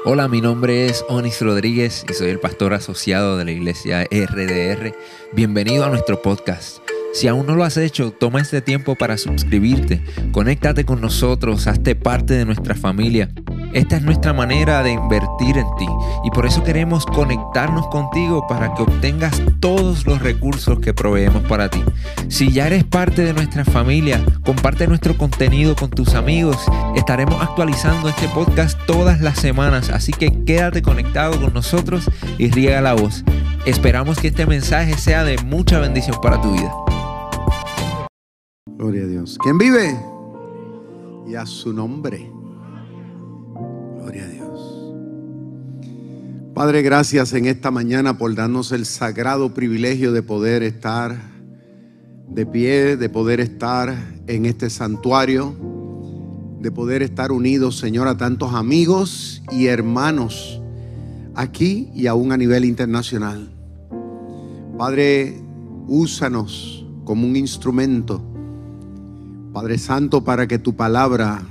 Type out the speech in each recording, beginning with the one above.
Hola, mi nombre es Onis Rodríguez y soy el pastor asociado de la iglesia RDR. Bienvenido a nuestro podcast. Si aún no lo has hecho, toma este tiempo para suscribirte, conéctate con nosotros, hazte parte de nuestra familia. Esta es nuestra manera de invertir en ti y por eso queremos conectarnos contigo para que obtengas todos los recursos que proveemos para ti. Si ya eres parte de nuestra familia, comparte nuestro contenido con tus amigos. Estaremos actualizando este podcast todas las semanas, así que quédate conectado con nosotros y riega la voz. Esperamos que este mensaje sea de mucha bendición para tu vida. Gloria a Dios. ¿Quién vive? Y a su nombre. Gloria a Dios. Padre, gracias en esta mañana por darnos el sagrado privilegio de poder estar de pie, de poder estar en este santuario, de poder estar unidos, Señor, a tantos amigos y hermanos aquí y aún a nivel internacional. Padre, úsanos como un instrumento, Padre Santo, para que tu palabra,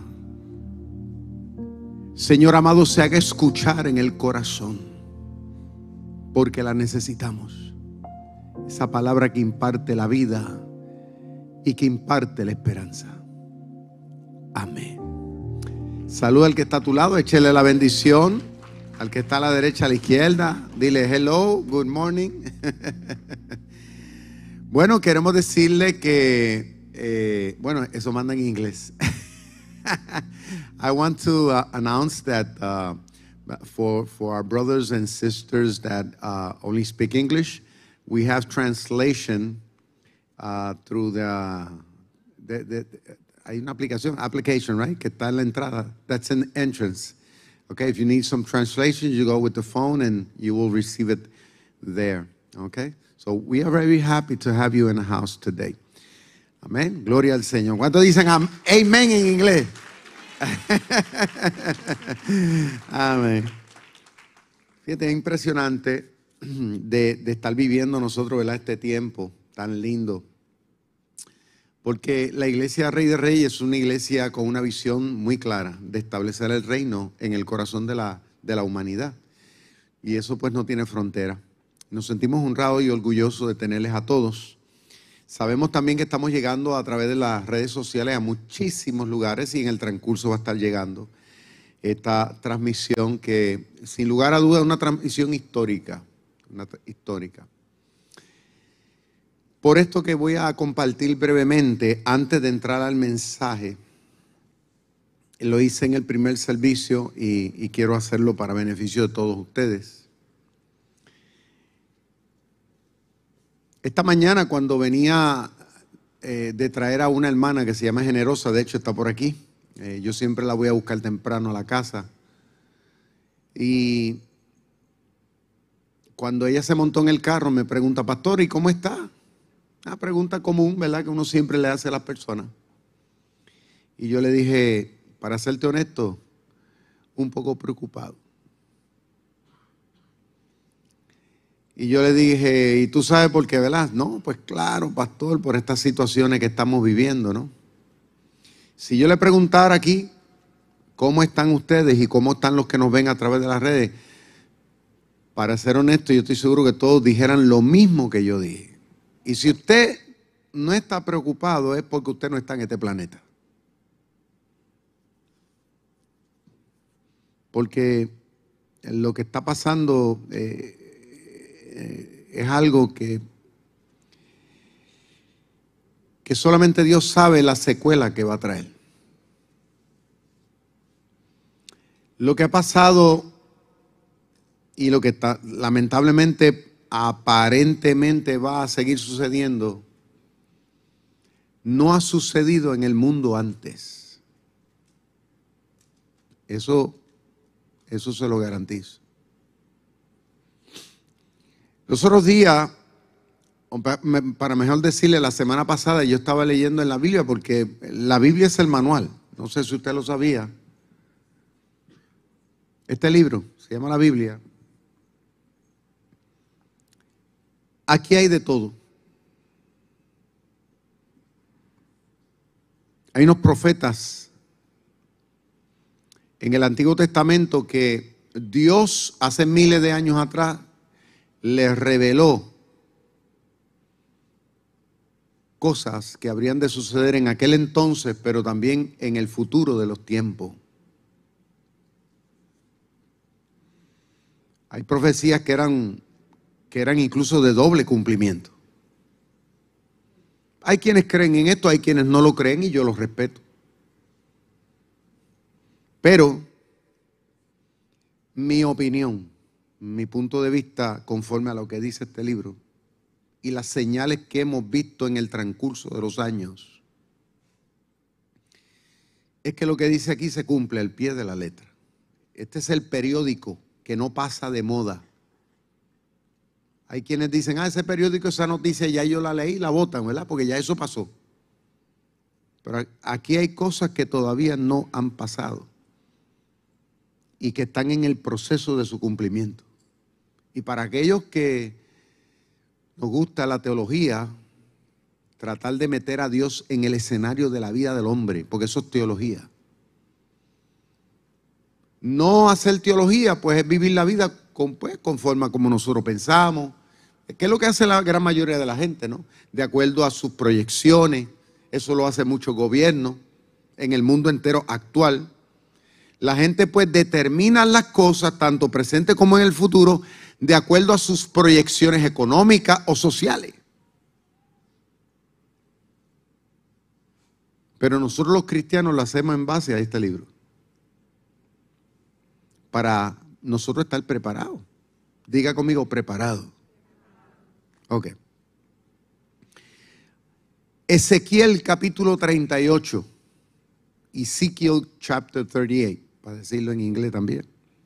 Señor amado, se haga escuchar en el corazón, porque la necesitamos. Esa palabra que imparte la vida y que imparte la esperanza. Amén. Saluda al que está a tu lado, échele la bendición. Al que está a la derecha, a la izquierda, dile hello, good morning. Bueno, queremos decirle que bueno, eso manda en inglés. I want to announce that for our brothers and sisters that only speak English, we have translation through hay una application, right? Que está en la entrada. That's an entrance. Okay, if you need some translation, you go with the phone and you will receive it there. Okay, so we are very happy to have you in the house today. Amén. Gloria al Señor. ¿Cuántos dicen amén en inglés? Amén. Fíjate, es impresionante de estar viviendo nosotros, ¿verdad?, este tiempo tan lindo. Porque la iglesia Rey de Reyes es una iglesia con una visión muy clara de establecer el reino en el corazón de la humanidad. Y eso pues no tiene frontera. Nos sentimos honrados y orgullosos de tenerles a todos. Sabemos también que estamos llegando a través de las redes sociales a muchísimos lugares y en el transcurso va a estar llegando esta transmisión que sin lugar a dudas es una transmisión histórica. Por esto que voy a compartir brevemente, antes de entrar al mensaje, lo hice en el primer servicio y quiero hacerlo para beneficio de todos ustedes. Esta mañana cuando venía de traer a una hermana que se llama Generosa, de hecho está por aquí, yo siempre la voy a buscar temprano a la casa, y cuando ella se montó en el carro me pregunta: pastor, ¿y cómo está? Una pregunta común, ¿verdad?, que uno siempre le hace a las personas. Y yo le dije, para serte honesto, un poco preocupado. Y yo le dije, ¿y tú sabes por qué, verdad? No, pues claro, pastor, por estas situaciones que estamos viviendo, ¿no? Si yo le preguntara aquí, ¿cómo están ustedes y cómo están los que nos ven a través de las redes? Para ser honesto, yo estoy seguro que todos dijeran lo mismo que yo dije. Y si usted no está preocupado es porque usted no está en este planeta. Porque lo que está pasando es algo que solamente Dios sabe la secuela que va a traer. Lo que ha pasado y lo que lamentablemente aparentemente va a seguir sucediendo, no ha sucedido en el mundo antes. Eso se lo garantizo. Los otros días, para mejor decirle, la semana pasada yo estaba leyendo en la Biblia, porque la Biblia es el manual. No sé si usted lo sabía. Este libro se llama la Biblia. Aquí hay de todo. Hay unos profetas en el Antiguo Testamento que Dios hace miles de años atrás les reveló cosas que habrían de suceder en aquel entonces, pero también en el futuro de los tiempos. Hay profecías que eran incluso de doble cumplimiento. Hay quienes creen en esto, hay quienes no lo creen y yo los respeto. Pero mi opinión, mi punto de vista conforme a lo que dice este libro y las señales que hemos visto en el transcurso de los años, es que lo que dice aquí se cumple al pie de la letra. Este es el periódico que no pasa de moda. Hay quienes dicen, ese periódico, esa noticia ya yo la leí, la botan, ¿verdad? Porque ya eso pasó. Pero aquí hay cosas que todavía no han pasado y que están en el proceso de su cumplimiento. Y para aquellos que nos gusta la teología, tratar de meter a Dios en el escenario de la vida del hombre, porque eso es teología. No hacer teología, pues es vivir la vida conforme a como nosotros pensamos, que es lo que hace la gran mayoría de la gente, ¿no? De acuerdo a sus proyecciones. Eso lo hace muchos gobiernos en el mundo entero actual. La gente pues determina las cosas, tanto presente como en el futuro, de acuerdo a sus proyecciones económicas o sociales. Pero nosotros los cristianos lo hacemos en base a este libro, para nosotros estar preparados. Diga conmigo, preparado. Ok. Ezequiel capítulo 38, Ezekiel chapter 38, para decirlo en inglés también.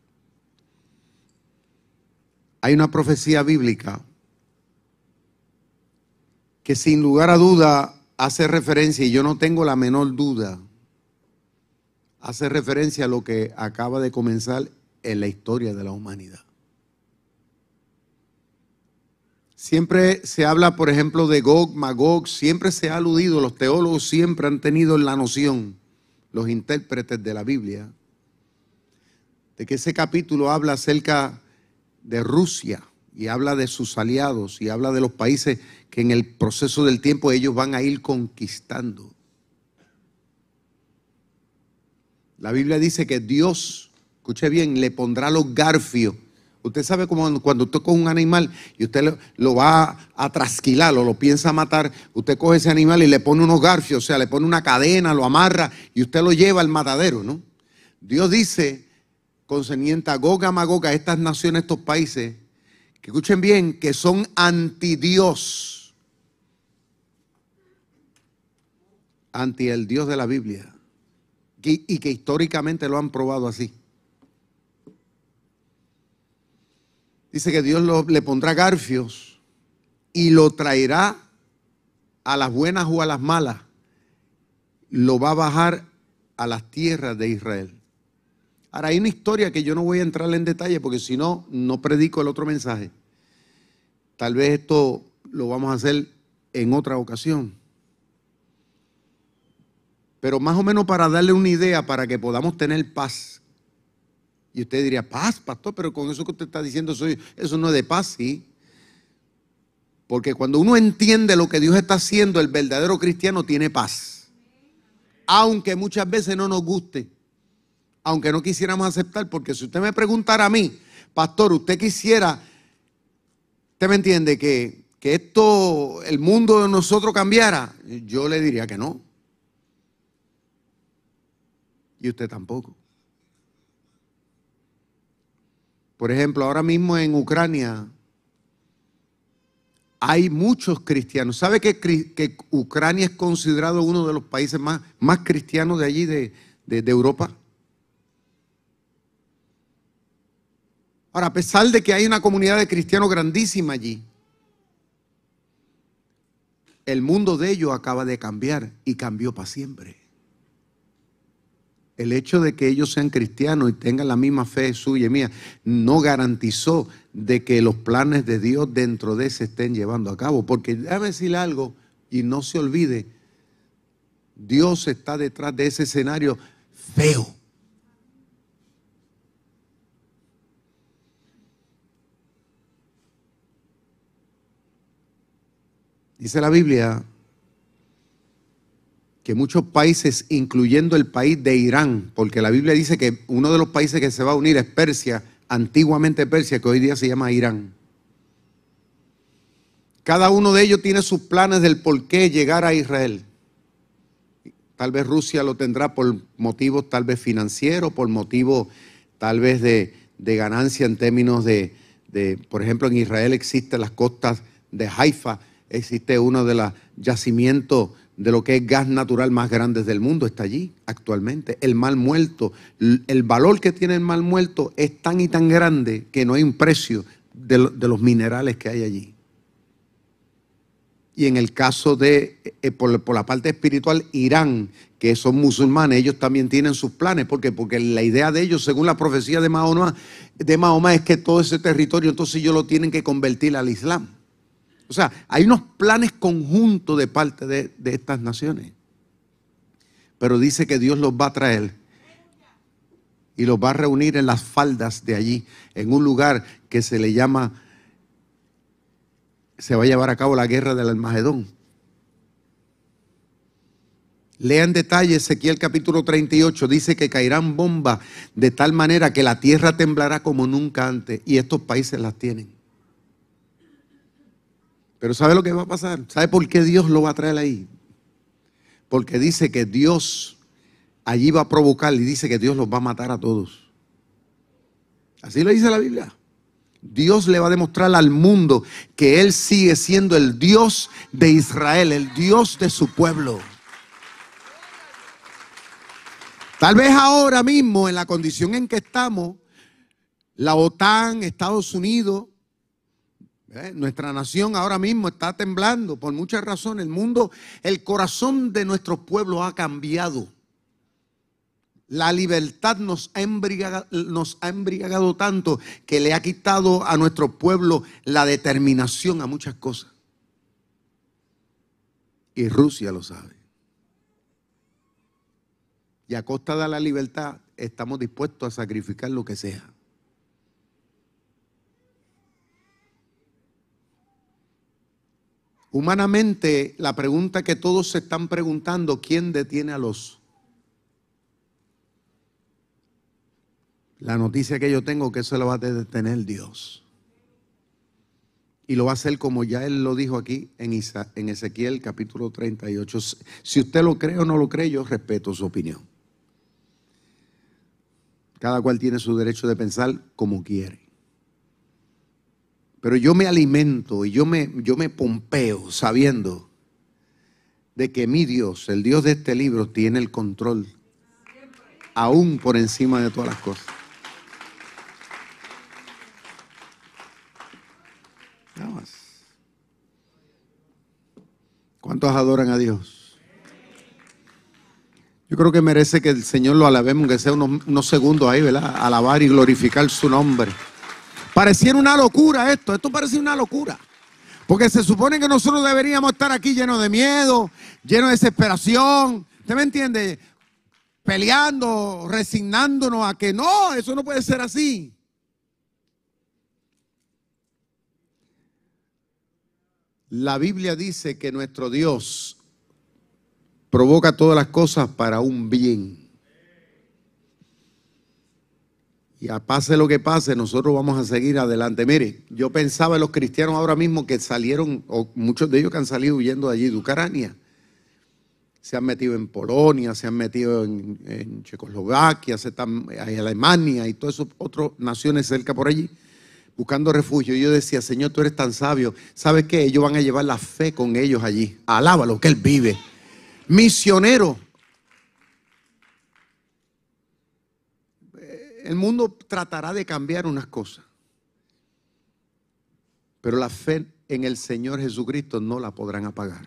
Hay una profecía bíblica que sin lugar a duda hace referencia, y yo no tengo la menor duda, hace referencia a lo que acaba de comenzar en la historia de la humanidad. Siempre se habla, por ejemplo, de Gog, Magog, siempre se ha aludido, los teólogos siempre han tenido la noción, los intérpretes de la Biblia, de que ese capítulo habla acerca de Rusia y habla de sus aliados y habla de los países que en el proceso del tiempo ellos van a ir conquistando. La Biblia dice que Dios, escuche bien, le pondrá los garfios. Usted sabe como cuando usted coge un animal y usted lo va a trasquilar o lo piensa matar, usted coge ese animal y le pone unos garfios, o sea, le pone una cadena, lo amarra y usted lo lleva al matadero, ¿no? Dios dice, concerniente a Gog, a Magog, a estas naciones, estos países, que escuchen bien, que son anti Dios, anti el Dios de la Biblia, y que históricamente lo han probado así. Dice que Dios le pondrá garfios y lo traerá a las buenas o a las malas. Lo va a bajar a las tierras de Israel. Ahora, hay una historia que yo no voy a entrar en detalle porque si no, no predico el otro mensaje. Tal vez esto lo vamos a hacer en otra ocasión. Pero más o menos para darle una idea, para que podamos tener paz. Y usted diría, paz, pastor, pero con eso que usted está diciendo, eso no es de paz, sí. Porque cuando uno entiende lo que Dios está haciendo, el verdadero cristiano tiene paz. Aunque muchas veces no nos guste, aunque no quisiéramos aceptar, porque si usted me preguntara a mí, pastor, usted quisiera, usted me entiende, que esto, el mundo de nosotros cambiara, yo le diría que no. Y usted tampoco. Por ejemplo, ahora mismo en Ucrania hay muchos cristianos. ¿Sabe que Ucrania es considerado uno de los países más cristianos de allí, de Europa? Ahora, a pesar de que hay una comunidad de cristianos grandísima allí, el mundo de ellos acaba de cambiar y cambió para siempre. El hecho de que ellos sean cristianos y tengan la misma fe suya y mía no garantizó de que los planes de Dios dentro de se estén llevando a cabo. Porque déjame decirle algo y no se olvide, Dios está detrás de ese escenario feo. Dice la Biblia que muchos países, incluyendo el país de Irán, porque la Biblia dice que uno de los países que se va a unir es Persia, antiguamente Persia, que hoy día se llama Irán. Cada uno de ellos tiene sus planes del por qué llegar a Israel. Tal vez Rusia lo tendrá por motivos tal vez financieros, por motivos tal vez de ganancia en términos de, por ejemplo, en Israel existen las costas de Haifa, existe uno de los yacimientos de lo que es gas natural más grandes del mundo, está allí actualmente. El Mar Muerto, el valor que tiene el Mar Muerto es tan y tan grande que no hay un precio de los minerales que hay allí. Y en el caso de, por la parte espiritual, Irán, que son musulmanes, ellos también tienen sus planes. ¿Por qué? Porque la idea de ellos, según la profecía de Mahoma, es que todo ese territorio, entonces ellos lo tienen que convertir al Islam. O sea, hay unos planes conjuntos de parte de estas naciones. Pero dice que Dios los va a traer y los va a reunir en las faldas de allí, en un lugar que se le llama... Se va a llevar a cabo la guerra del Armagedón. Lean detalle Ezequiel capítulo 38, dice que caerán bombas de tal manera que la tierra temblará como nunca antes, y estos países las tienen. Pero ¿sabe lo que va a pasar? ¿Sabe por qué Dios lo va a traer ahí? Porque dice que Dios allí va a provocar, y dice que Dios los va a matar a todos. Así lo dice la Biblia. Dios le va a demostrar al mundo que Él sigue siendo el Dios de Israel, el Dios de su pueblo. Tal vez ahora mismo, en la condición en que estamos, la OTAN, Estados Unidos, nuestra nación ahora mismo está temblando por muchas razones. El mundo, el corazón de nuestros pueblos ha cambiado. La libertad nos ha embriagado tanto que le ha quitado a nuestro pueblo la determinación a muchas cosas. Y Rusia lo sabe. Y a costa de la libertad estamos dispuestos a sacrificar lo que sea. Humanamente, la pregunta que todos se están preguntando: ¿quién detiene al oso? La noticia que yo tengo, que eso lo va a detener Dios. Y lo va a hacer como ya Él lo dijo aquí en Ezequiel capítulo 38. Si usted lo cree o no lo cree, yo respeto su opinión. Cada cual tiene su derecho de pensar como quiere. Pero yo me alimento y yo me pompeo sabiendo de que mi Dios, el Dios de este libro, tiene el control aún por encima de todas las cosas. Nada más. ¿Cuántos adoran a Dios? Yo creo que merece que el Señor lo alabemos, que sea unos segundos ahí, ¿verdad? Alabar y glorificar su nombre. Pareciera una locura esto parecía una locura. Porque se supone que nosotros deberíamos estar aquí llenos de miedo, llenos de desesperación. ¿Usted me entiende? Peleando, resignándonos a que no, eso no puede ser así. La Biblia dice que nuestro Dios provoca todas las cosas para un bien. Y a pase lo que pase, nosotros vamos a seguir adelante. Mire, yo pensaba en los cristianos ahora mismo que salieron, o muchos de ellos que han salido huyendo de allí, de Ucrania. Se han metido en Polonia, se han metido en Checoslovaquia, en Alemania y todas esas otras naciones cerca por allí, buscando refugio. Y yo decía: Señor, tú eres tan sabio. ¿Sabes qué? Ellos van a llevar la fe con ellos allí. Alábalo, que Él vive. Misionero. El mundo tratará de cambiar unas cosas, pero la fe en el Señor Jesucristo no la podrán apagar.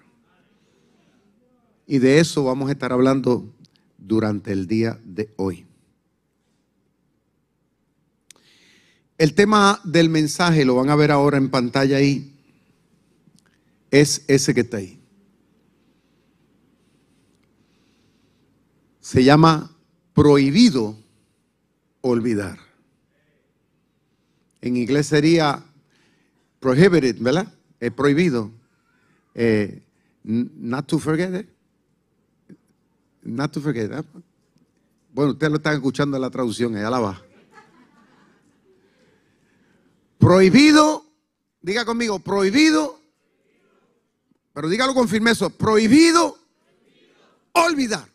Y de eso vamos a estar hablando durante el día de hoy. El tema del mensaje, lo van a ver ahora en pantalla ahí, es ese que está ahí. Se llama prohibido olvidar. En inglés sería prohibited, ¿verdad? Es prohibido. Not to forget it. Not to forget it. Bueno, ustedes lo están escuchando en la traducción, allá la va. Prohibido, diga conmigo, prohibido, pero dígalo con firmeza, prohibido olvidar.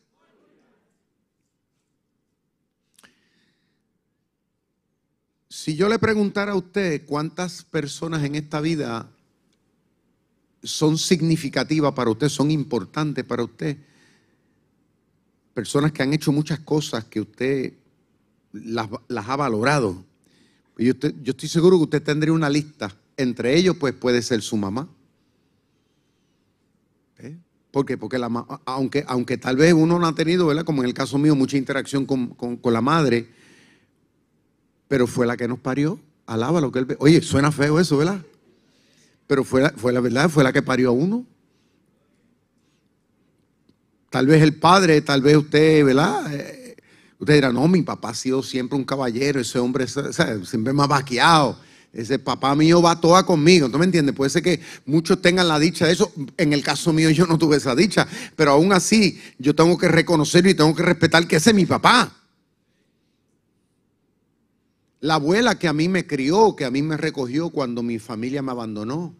Si yo le preguntara a usted cuántas personas en esta vida son significativas para usted, son importantes para usted, personas que han hecho muchas cosas que usted las ha valorado, yo estoy seguro que usted tendría una lista. Entre ellos, pues puede ser su mamá. ¿Por qué? Porque aunque tal vez uno no ha tenido, ¿verdad?, como en el caso mío, mucha interacción con la madre, pero fue la que nos parió. Alaba lo que él ve. Oye, suena feo eso, ¿verdad? Pero fue la verdad, fue la que parió a uno. Tal vez el padre, tal vez usted, ¿verdad? Usted dirá, no, mi papá ha sido siempre un caballero, ese hombre, siempre me ha vaqueado. Ese papá mío va toda conmigo. ¿Tú me entiendes? Puede ser que muchos tengan la dicha de eso. En el caso mío yo no tuve esa dicha. Pero aún así yo tengo que reconocerlo y tengo que respetar que ese es mi papá. La abuela que a mí me crió, que a mí me recogió cuando mi familia me abandonó.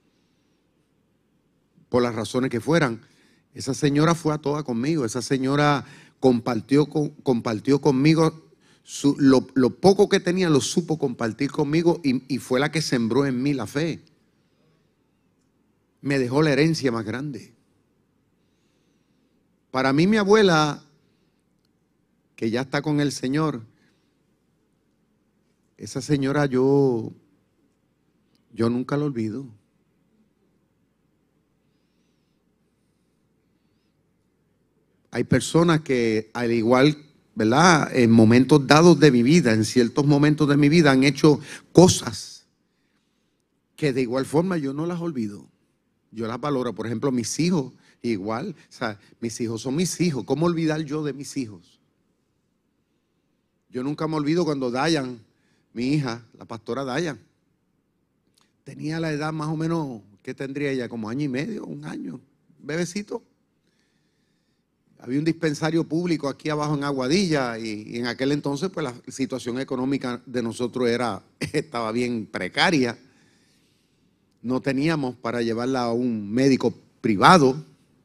Por las razones que fueran. Esa señora fue a toda conmigo. Esa señora compartió conmigo. Lo poco que tenía lo supo compartir conmigo y fue la que sembró en mí la fe. Me dejó la herencia más grande. Para mí mi abuela, que ya está con el Señor, esa señora yo nunca la olvido. Hay personas que al igual, ¿verdad?, en momentos dados de mi vida, en ciertos momentos de mi vida han hecho cosas que de igual forma yo no las olvido. Yo las valoro. Por ejemplo, mis hijos, igual. O sea, mis hijos son mis hijos. ¿Cómo olvidar yo de mis hijos? Yo nunca me olvido cuando Dayan, mi hija, la pastora Dayan, tenía la edad más o menos, ¿qué tendría ella? Como año y medio, un año, bebecito. Había un dispensario público aquí abajo en Aguadilla y en aquel entonces pues la situación económica de nosotros estaba bien precaria. No teníamos para llevarla a un médico privado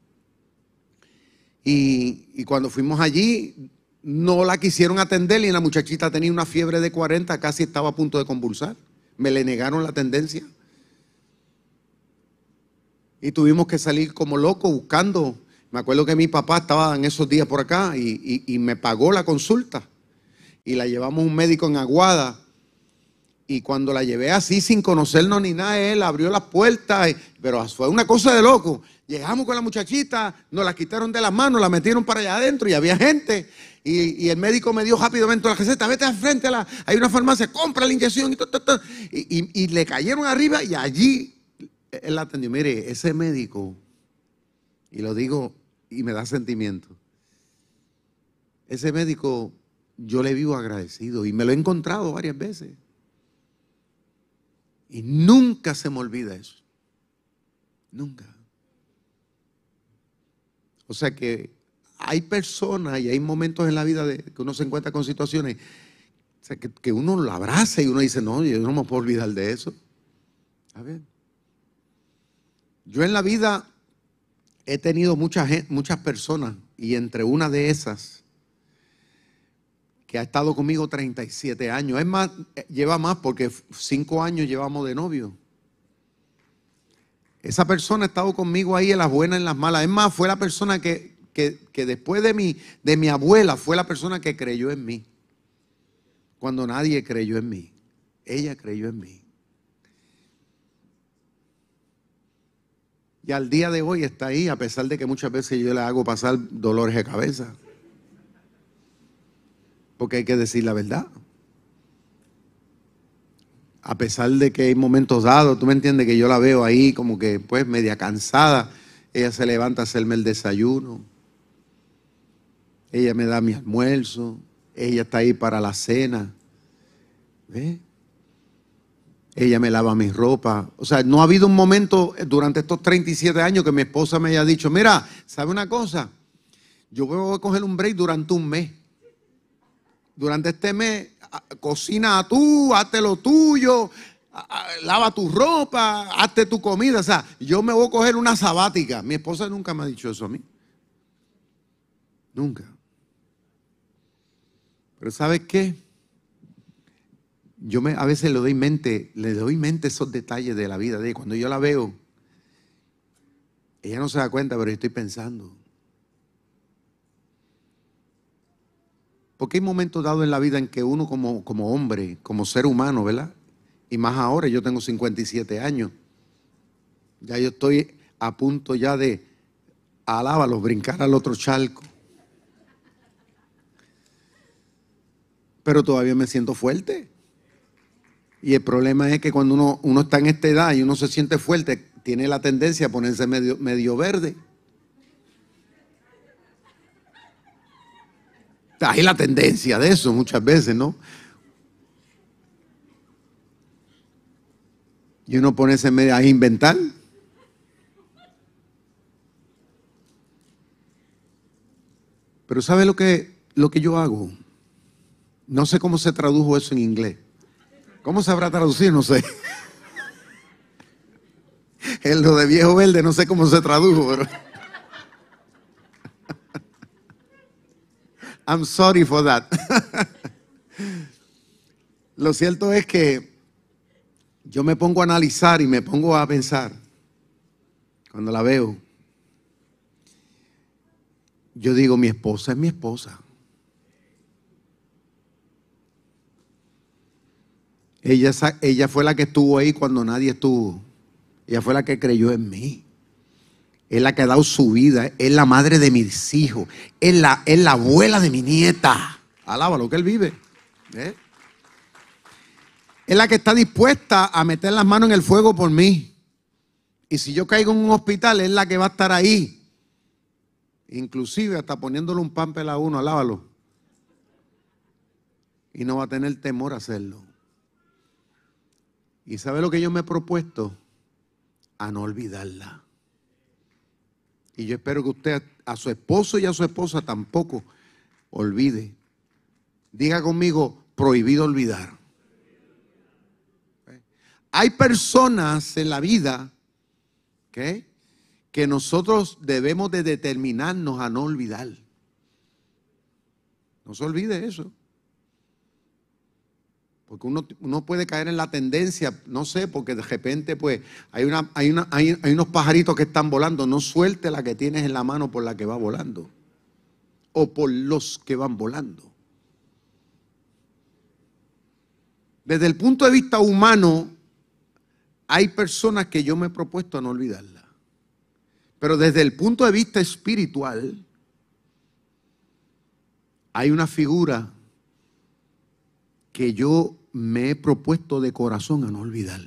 y cuando fuimos allí no la quisieron atender y la muchachita tenía una fiebre de 40, casi estaba a punto de convulsar. Me le negaron la atendencia y tuvimos que salir como locos buscando. Me acuerdo que mi papá estaba en esos días por acá y me pagó la consulta. Y la llevamos a un médico en Aguada. Y cuando la llevé así, sin conocernos ni nada, él abrió las puertas. Pero fue una cosa de loco. Llegamos con la muchachita, nos la quitaron de las manos, la metieron para allá adentro y había gente. Y el médico me dio rápidamente la receta. Vete al frente, hay una farmacia, compra la inyección. Y le cayeron arriba y allí él la atendió. Mire, ese médico, y lo digo y me da sentimiento, ese médico yo le vivo agradecido y me lo he encontrado varias veces y nunca se me olvida eso, nunca. O sea que hay personas y hay momentos en la vida que uno se encuentra con situaciones, o sea, que uno lo abraza y uno dice, no, yo no me puedo olvidar de eso. A ver, yo en la vida he tenido muchas personas y entre una de esas que ha estado conmigo 37 años, es más, lleva más porque 5 años llevamos de novio. Esa persona ha estado conmigo ahí en las buenas y en las malas. Es más, fue la persona que después de mi abuela fue la persona que creyó en mí. Cuando nadie creyó en mí, ella creyó en mí. Y al día de hoy está ahí, a pesar de que muchas veces yo le hago pasar dolores de cabeza. Porque hay que decir la verdad. A pesar de que hay momentos dados, tú me entiendes, que yo la veo ahí como que pues media cansada. Ella se levanta a hacerme el desayuno. Ella me da mi almuerzo. Ella está ahí para la cena. ¿Ve? ella me lava mi ropa. O sea, no ha habido un momento durante estos 37 años que mi esposa me haya dicho, mira, ¿sabe una cosa? Yo voy a coger un break durante un mes. Durante este mes, cocina tú, hazte lo tuyo, lava tu ropa, hazte tu comida. O sea, yo me voy a coger una sabática. Mi esposa nunca me ha dicho eso a mí. Nunca. Pero ¿sabes qué? Yo a veces le doy mente esos detalles de la vida de ella. Cuando yo la veo, ella no se da cuenta, pero yo estoy pensando. Porque hay momentos dados en la vida en que uno como hombre, como ser humano, ¿verdad? Y más ahora, yo tengo 57 años. Ya yo estoy a punto ya de, alábalo, brincar al otro charco. Pero todavía me siento fuerte. Y el problema es que cuando uno está en esta edad y uno se siente fuerte, tiene la tendencia a ponerse medio verde. Hay la tendencia de eso muchas veces, ¿no? Y uno ponerse a inventar. Pero ¿sabe lo que yo hago? No sé cómo se tradujo eso en inglés. ¿Cómo se habrá traducido? No sé. En lo de viejo verde no sé cómo se tradujo, pero I'm sorry for that. Lo cierto es que yo me pongo a analizar y me pongo a pensar. Cuando la veo, yo digo, mi esposa es mi esposa. Ella fue la que estuvo ahí cuando nadie estuvo. Ella fue la que creyó en mí. Es la que ha dado su vida. Es la madre de mis hijos. Es la abuela de mi nieta. Alaba lo que él vive. ¿Eh? Es la que está dispuesta a meter las manos en el fuego por mí. Y si yo caigo en un hospital, es la que va a estar ahí. Inclusive hasta poniéndole un pampel a uno, alábalo. Y no va a tener temor a hacerlo. ¿Y sabe lo que yo me he propuesto? A no olvidarla. Y yo espero que usted a su esposo y a su esposa tampoco olvide. Diga conmigo, prohibido olvidar. Hay personas en la vida que nosotros debemos de determinarnos a no olvidar. No se olvide eso. Porque uno puede caer en la tendencia, no sé, porque de repente pues hay unos pajaritos que están volando. No suelte la que tienes en la mano por la que va volando. O por los que van volando. Desde el punto de vista humano, hay personas que yo me he propuesto a no olvidarlas. Pero desde el punto de vista espiritual, hay una figura que yo me he propuesto de corazón a no olvidar.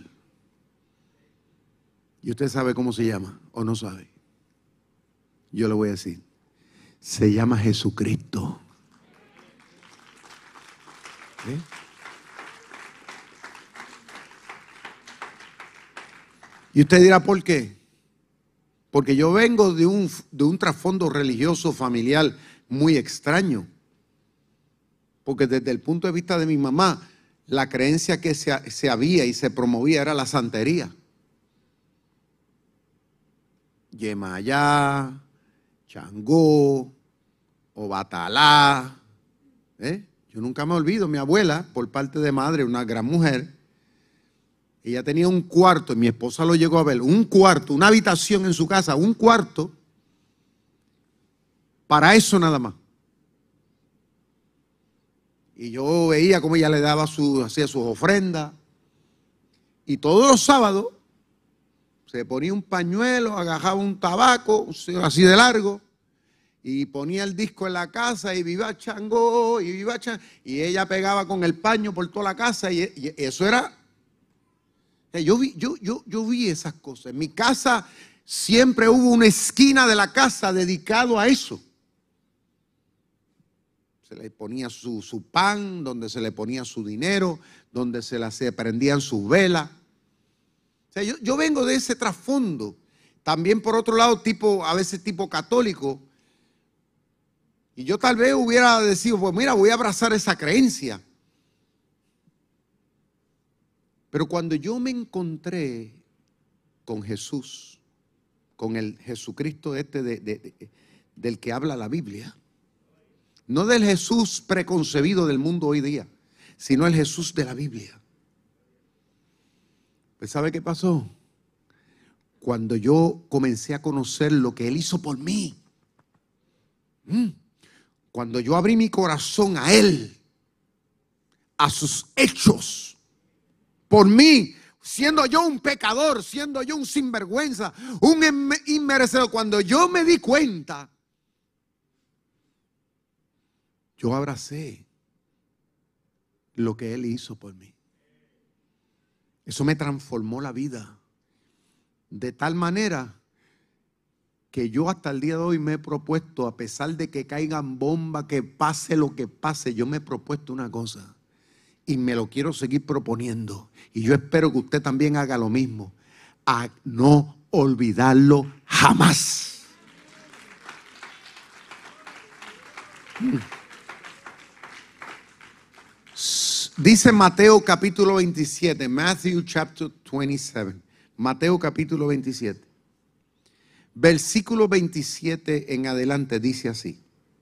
¿Y usted sabe cómo se llama o no sabe? Yo le voy a decir. Se llama Jesucristo. ¿Eh? Y usted dirá, ¿por qué? Porque yo vengo de un trasfondo religioso familiar muy extraño. Porque desde el punto de vista de mi mamá, la creencia que se había y se promovía era la santería. Yemayá, Changó, Obatalá. Yo nunca me olvido, mi abuela, por parte de madre, una gran mujer, ella tenía un cuarto, y mi esposa lo llegó a ver, un cuarto, una habitación en su casa, un cuarto, para eso nada más. Y yo veía cómo ella le daba hacía sus ofrendas. Y todos los sábados se ponía un pañuelo, agarraba un tabaco, así de largo, y ponía el disco en la casa y viva Changó, y viva Changó. Y ella pegaba con el paño por toda la casa y eso era... Yo vi esas cosas. En mi casa siempre hubo una esquina de la casa dedicado a eso. Se le ponía su pan, donde se le ponía su dinero, donde se prendían sus velas. O sea, yo vengo de ese trasfondo. También por otro lado, a veces tipo católico. Y yo tal vez hubiera decidido, pues mira, voy a abrazar esa creencia. Pero cuando yo me encontré con Jesús, con el Jesucristo del que habla la Biblia, no del Jesús preconcebido del mundo hoy día, sino el Jesús de la Biblia. Pues ¿sabe qué pasó? Cuando yo comencé a conocer lo que Él hizo por mí, cuando yo abrí mi corazón a Él, a sus hechos, por mí, siendo yo un pecador, siendo yo un sinvergüenza, un inmerecedor, cuando yo me di cuenta, yo abracé lo que Él hizo por mí. Eso me transformó la vida de tal manera que yo hasta el día de hoy me he propuesto, a pesar de que caigan bombas, que pase lo que pase, yo me he propuesto una cosa y me lo quiero seguir proponiendo. Y yo espero que usted también haga lo mismo, a no olvidarlo jamás. Dice Mateo capítulo 27, Matthew chapter 27, Mateo capítulo 27. Versículo 27 en adelante dice así: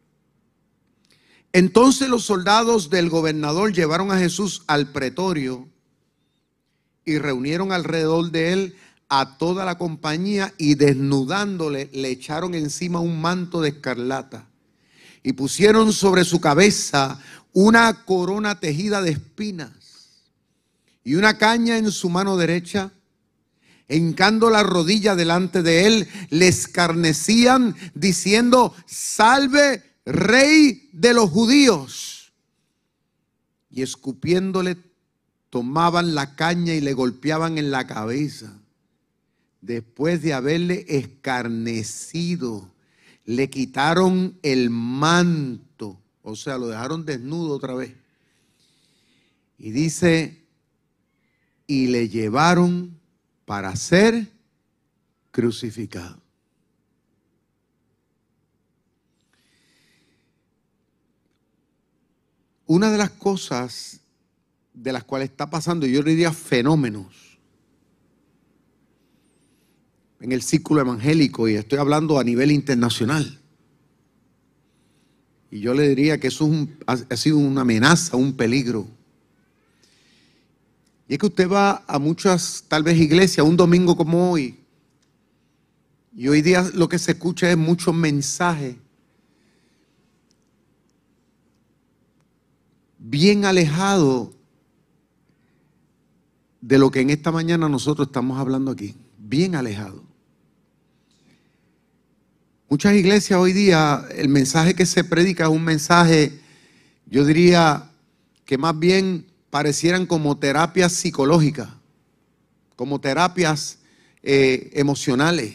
entonces los soldados del gobernador llevaron a Jesús al pretorio y reunieron alrededor de él a toda la compañía, y desnudándole le echaron encima un manto de escarlata y pusieron sobre su cabeza una corona tejida de espinas y una caña en su mano derecha. Hincando la rodilla delante de él, le escarnecían diciendo: salve, Rey de los judíos. Y escupiéndole, tomaban la caña y le golpeaban en la cabeza. Después de haberle escarnecido, le quitaron el manto, o sea, lo dejaron desnudo otra vez. Y dice, y le llevaron para ser crucificado. Una de las cosas de las cuales está pasando, yo diría fenómenos, en el círculo evangélico, y estoy hablando a nivel internacional, y yo le diría que eso ha sido una amenaza, un peligro. Y es que usted va a muchas, tal vez iglesias, un domingo como hoy, y hoy día lo que se escucha es muchos mensajes bien alejados de lo que en esta mañana nosotros estamos hablando aquí, bien alejado. Muchas iglesias hoy día, el mensaje que se predica es un mensaje, yo diría que más bien parecieran como terapias psicológicas, como terapias emocionales.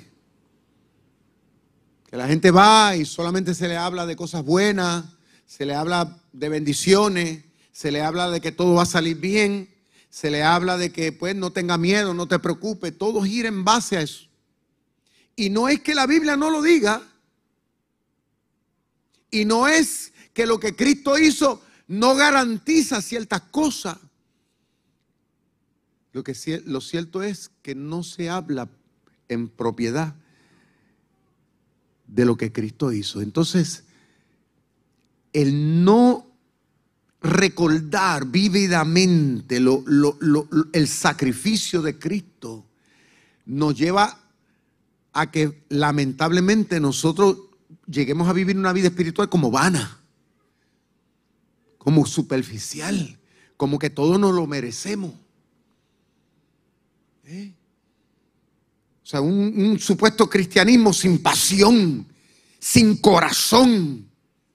Que la gente va y solamente se le habla de cosas buenas, se le habla de bendiciones, se le habla de que todo va a salir bien, se le habla de que pues no tenga miedo, no te preocupes, todo gira en base a eso. Y no es que la Biblia no lo diga, y no es que lo que Cristo hizo no garantiza ciertas cosas. Lo cierto es que no se habla en propiedad de lo que Cristo hizo. Entonces, el no recordar vívidamente el sacrificio de Cristo nos lleva a que lamentablemente nosotros lleguemos a vivir una vida espiritual como vana, como superficial, como que todo nos lo merecemos. O sea, un supuesto cristianismo sin pasión, sin corazón,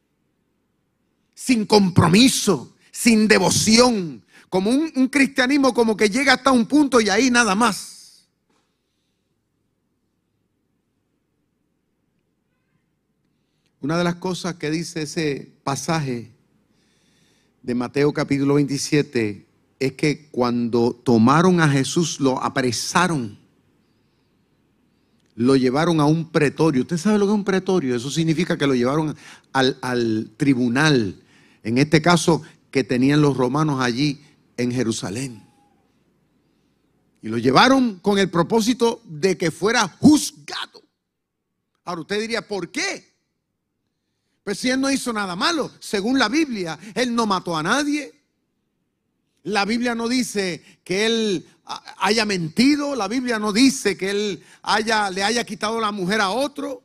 sin compromiso, sin devoción, como un cristianismo como que llega hasta un punto y ahí nada más. Una de las cosas que dice ese pasaje de Mateo capítulo 27 es que cuando tomaron a Jesús lo apresaron, lo llevaron a un pretorio. ¿Usted sabe lo que es un pretorio? Eso significa que lo llevaron al tribunal, en este caso que tenían los romanos allí en Jerusalén. Y lo llevaron con el propósito de que fuera juzgado. Ahora usted diría, ¿por qué? Pues si él no hizo nada malo, según la Biblia, él no mató a nadie. La Biblia no dice que él haya mentido, la Biblia no dice que él le haya quitado la mujer a otro.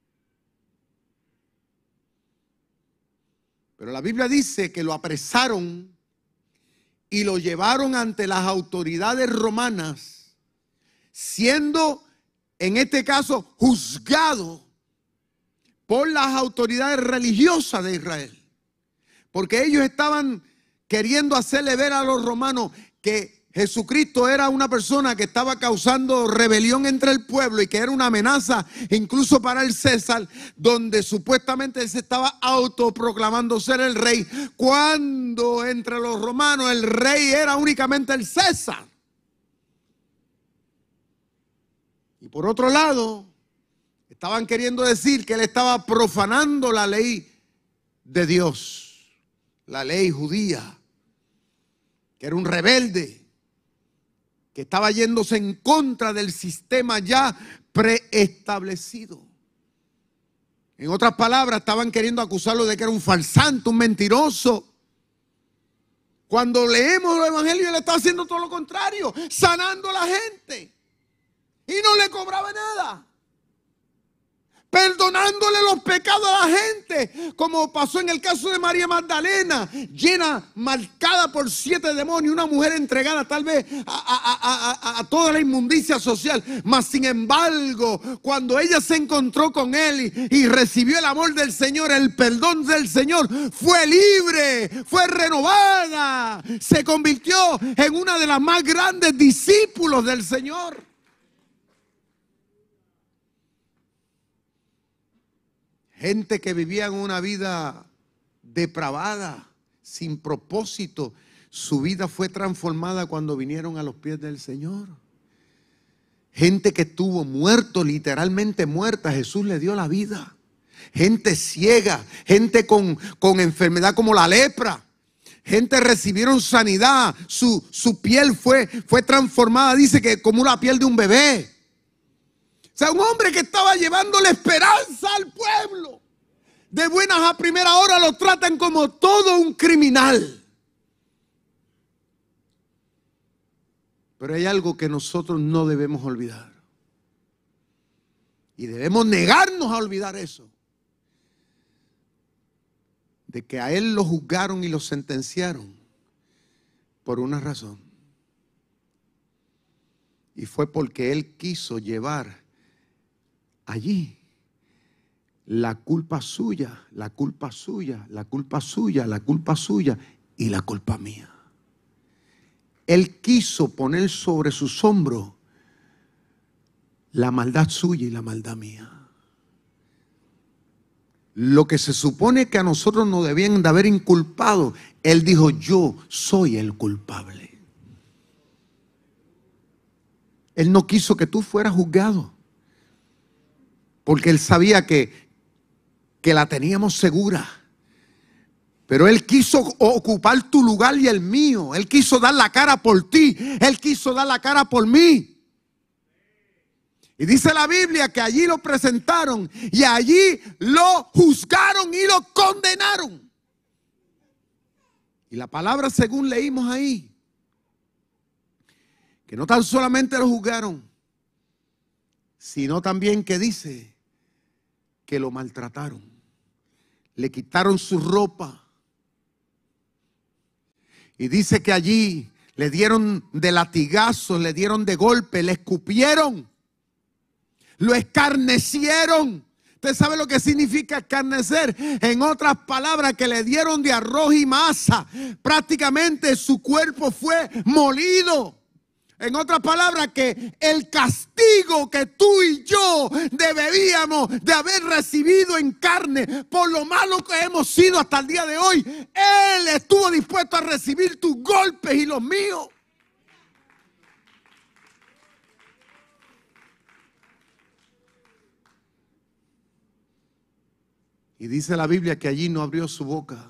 Pero la Biblia dice que lo apresaron y lo llevaron ante las autoridades romanas, siendo en este caso juzgado por las autoridades religiosas de Israel, porque ellos estaban queriendo hacerle ver a los romanos que Jesucristo era una persona que estaba causando rebelión entre el pueblo y que era una amenaza incluso para el César, donde supuestamente él se estaba autoproclamando ser el rey, cuando entre los romanos el rey era únicamente el César. Y por otro lado, estaban queriendo decir que él estaba profanando la ley de Dios, la ley judía, que era un rebelde, que estaba yéndose en contra del sistema ya preestablecido. En otras palabras, estaban queriendo acusarlo de que era un farsante, un mentiroso. Cuando leemos los evangelios, él estaba haciendo todo lo contrario, sanando a la gente. Y no le cobraba nada, perdonándole los pecados a la gente, como pasó en el caso de María Magdalena, llena, marcada por 7 demonios, una mujer entregada tal vez a toda la inmundicia social. Mas sin embargo, cuando ella se encontró con él y recibió el amor del Señor, el perdón del Señor, fue libre, fue renovada, se convirtió en una de las más grandes discípulos del Señor. Gente que vivía en una vida depravada, sin propósito, su vida fue transformada cuando vinieron a los pies del Señor. Gente que estuvo muerto, literalmente muerta, Jesús le dio la vida. Gente ciega, gente con enfermedad como la lepra. Gente recibieron sanidad, su piel fue transformada, dice que como la piel de un bebé. O sea, un hombre que estaba llevándole esperanza al pueblo. De buenas a primera hora lo tratan como todo un criminal. Pero hay algo que nosotros no debemos olvidar. Y debemos negarnos a olvidar eso. De que a él lo juzgaron y lo sentenciaron por una razón. Y fue porque él quiso llevar allí la culpa suya, la culpa suya, la culpa suya, la culpa suya y la culpa mía. Él quiso poner sobre sus hombros la maldad suya y la maldad mía. Lo que se supone que a nosotros nos debían de haber inculpado, él dijo: yo soy el culpable. Él no quiso que tú fueras juzgado, porque él sabía que la teníamos segura. Pero él quiso ocupar tu lugar y el mío. Él quiso dar la cara por ti. Él quiso dar la cara por mí. Y dice la Biblia que allí lo presentaron y allí lo juzgaron y lo condenaron. Y la palabra, según leímos ahí, que no tan solamente lo juzgaron, sino también que dice que lo maltrataron. Le quitaron su ropa. Y dice que allí le dieron de latigazos, le dieron de golpe, le escupieron, lo escarnecieron. ¿Usted sabe lo que significa escarnecer? En otras palabras, que le dieron de arroz y masa. Prácticamente su cuerpo fue molido. En otras palabras, que el castigo que tú y yo deberíamos de haber recibido en carne por lo malo que hemos sido hasta el día de hoy, Él estuvo dispuesto a recibir tus golpes y los míos. Y dice la Biblia que allí no abrió su boca.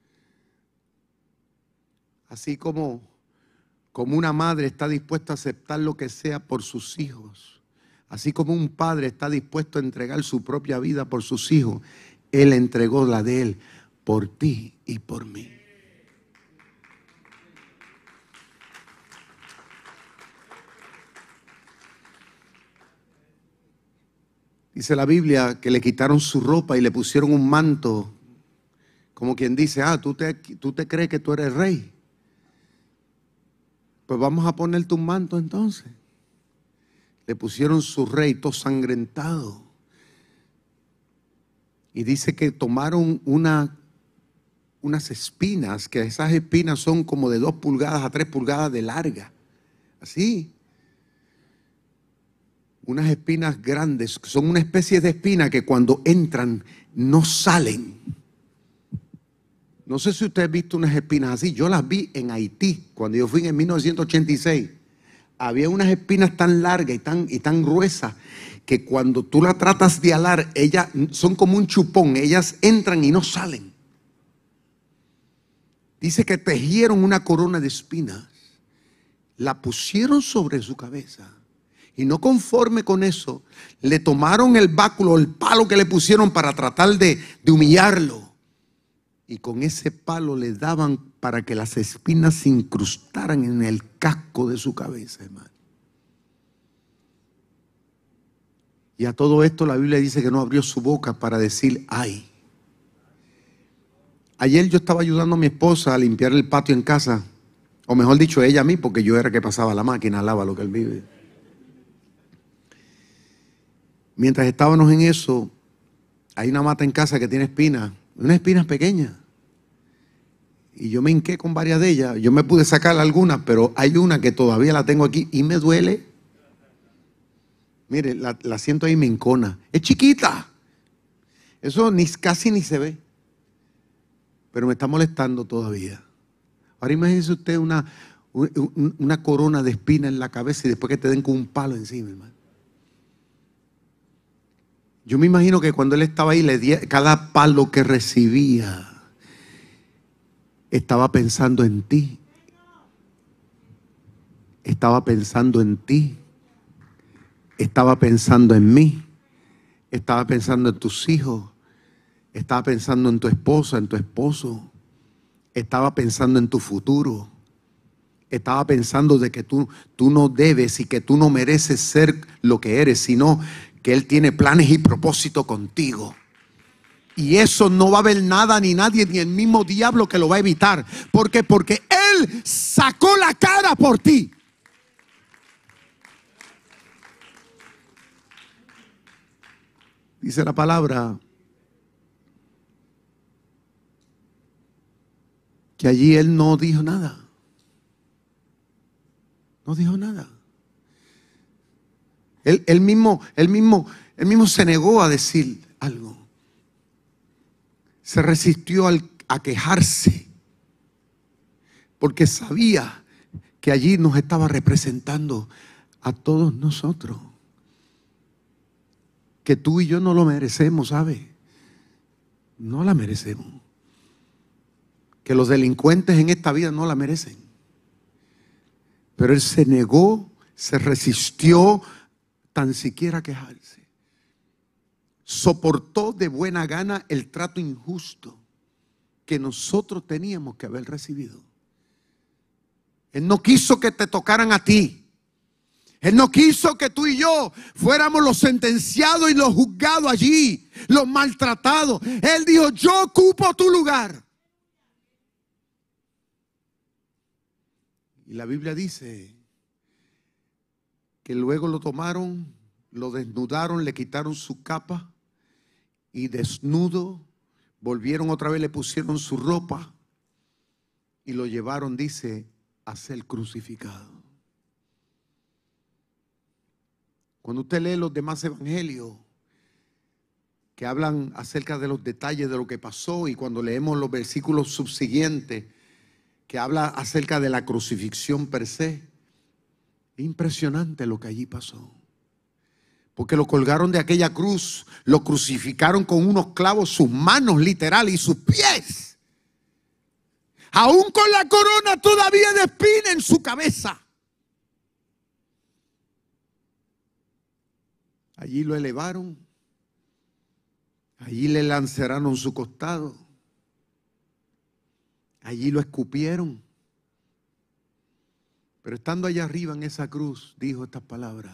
Así como una madre está dispuesta a aceptar lo que sea por sus hijos, así como un padre está dispuesto a entregar su propia vida por sus hijos, Él entregó la de Él por ti y por mí. Dice la Biblia que le quitaron su ropa y le pusieron un manto, como quien dice, tú te crees que tú eres rey. Pues vamos a ponerte un manto entonces. Le pusieron su rey todo sangrentado. Y dice que tomaron unas espinas, que esas espinas son como de 2 pulgadas a 3 pulgadas de larga. Así. Unas espinas grandes, son una especie de espina que cuando entran no salen. No sé si usted ha visto unas espinas así. Yo las vi en Haití, cuando yo fui en 1986. Había unas espinas tan largas y tan gruesas que cuando tú la tratas de alar, ellas son como un chupón. Ellas entran y no salen. Dice que tejieron una corona de espinas, la pusieron sobre su cabeza. Y no conforme con eso, le tomaron el báculo, el palo que le pusieron para tratar de humillarlo. Y con ese palo le daban para que las espinas se incrustaran en el casco de su cabeza, hermano. Y a todo esto la Biblia dice que no abrió su boca para decir ay. Ayer yo estaba ayudando a mi esposa a limpiar el patio en casa. O mejor dicho, ella a mí, porque yo era que pasaba la máquina, alaba lo que él vive. Mientras estábamos en eso, hay una mata en casa que tiene espinas, unas espinas pequeñas. Y yo me hinqué con varias de ellas. Yo me pude sacar algunas, pero hay una que todavía la tengo aquí y me duele. Mire, la siento ahí, me hincona. Es chiquita. Eso casi ni se ve. Pero me está molestando todavía. Ahora imagínese usted una corona de espinas en la cabeza y después que te den con un palo encima, hermano. Yo me imagino que cuando él estaba ahí, cada palo que recibía, estaba pensando en ti. Estaba pensando en ti. Estaba pensando en mí. Estaba pensando en tus hijos. Estaba pensando en tu esposa, en tu esposo. Estaba pensando en tu futuro. Estaba pensando de que tú no debes y que tú no mereces ser lo que eres, sino que Él tiene planes y propósito contigo. Y eso no va a haber nada ni nadie, ni el mismo diablo que lo va a evitar. ¿Por qué? Porque Él sacó la cara por ti. Dice la palabra que allí Él no dijo nada. No dijo nada. Él mismo se negó a decir algo. Se resistió a quejarse. Porque sabía que allí nos estaba representando a todos nosotros. Que tú y yo no lo merecemos, ¿sabes? No la merecemos. Que los delincuentes en esta vida no la merecen. Pero Él se negó, se resistió tan siquiera a quejarse. Soportó de buena gana el trato injusto que nosotros teníamos que haber recibido. Él no quiso que te tocaran a ti. Él no quiso que tú y yo fuéramos los sentenciados y los juzgados allí, los maltratados. Él dijo, yo ocupo tu lugar. Y la Biblia dice que luego lo tomaron, lo desnudaron, le quitaron su capa y desnudo volvieron otra vez, le pusieron su ropa y lo llevaron, dice, a ser crucificado. Cuando usted lee los demás evangelios que hablan acerca de los detalles de lo que pasó, y cuando leemos los versículos subsiguientes que habla acerca de la crucifixión per se, es impresionante lo que allí pasó. Porque lo colgaron de aquella cruz, lo crucificaron con unos clavos, sus manos literal y sus pies, aún con la corona todavía de espina en su cabeza. Allí lo elevaron, allí le lanceraron su costado, allí lo escupieron. Pero estando allá arriba en esa cruz, dijo estas palabras: